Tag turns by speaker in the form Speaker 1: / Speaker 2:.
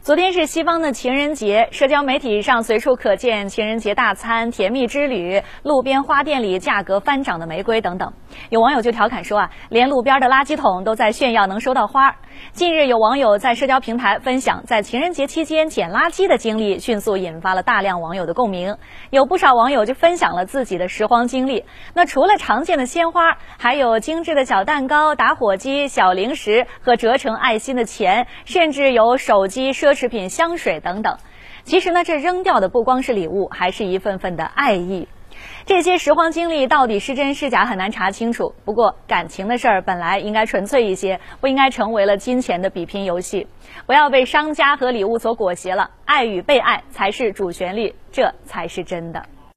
Speaker 1: 昨天是西方的情人节，社交媒体上随处可见情人节大餐、甜蜜之旅、路边花店里价格翻涨的玫瑰等等。有网友就调侃说连路边的垃圾桶都在炫耀能收到花。近日有网友在社交平台分享在情人节期间捡垃圾的经历，迅速引发了大量网友的共鸣。有不少网友就分享了自己的拾荒经历。那除了常见的鲜花，还有精致的小蛋糕、打火机、小零食和折成爱心的钱，甚至有手机、奢侈品、香水等等。其实呢，这扔掉的不光是礼物，还是一份份的爱意。这些拾荒经历到底是真是假很难查清楚，不过感情的事儿本来应该纯粹一些，不应该成为了金钱的比拼游戏。不要被商家和礼物所裹挟了，爱与被爱才是主旋律，这才是真的。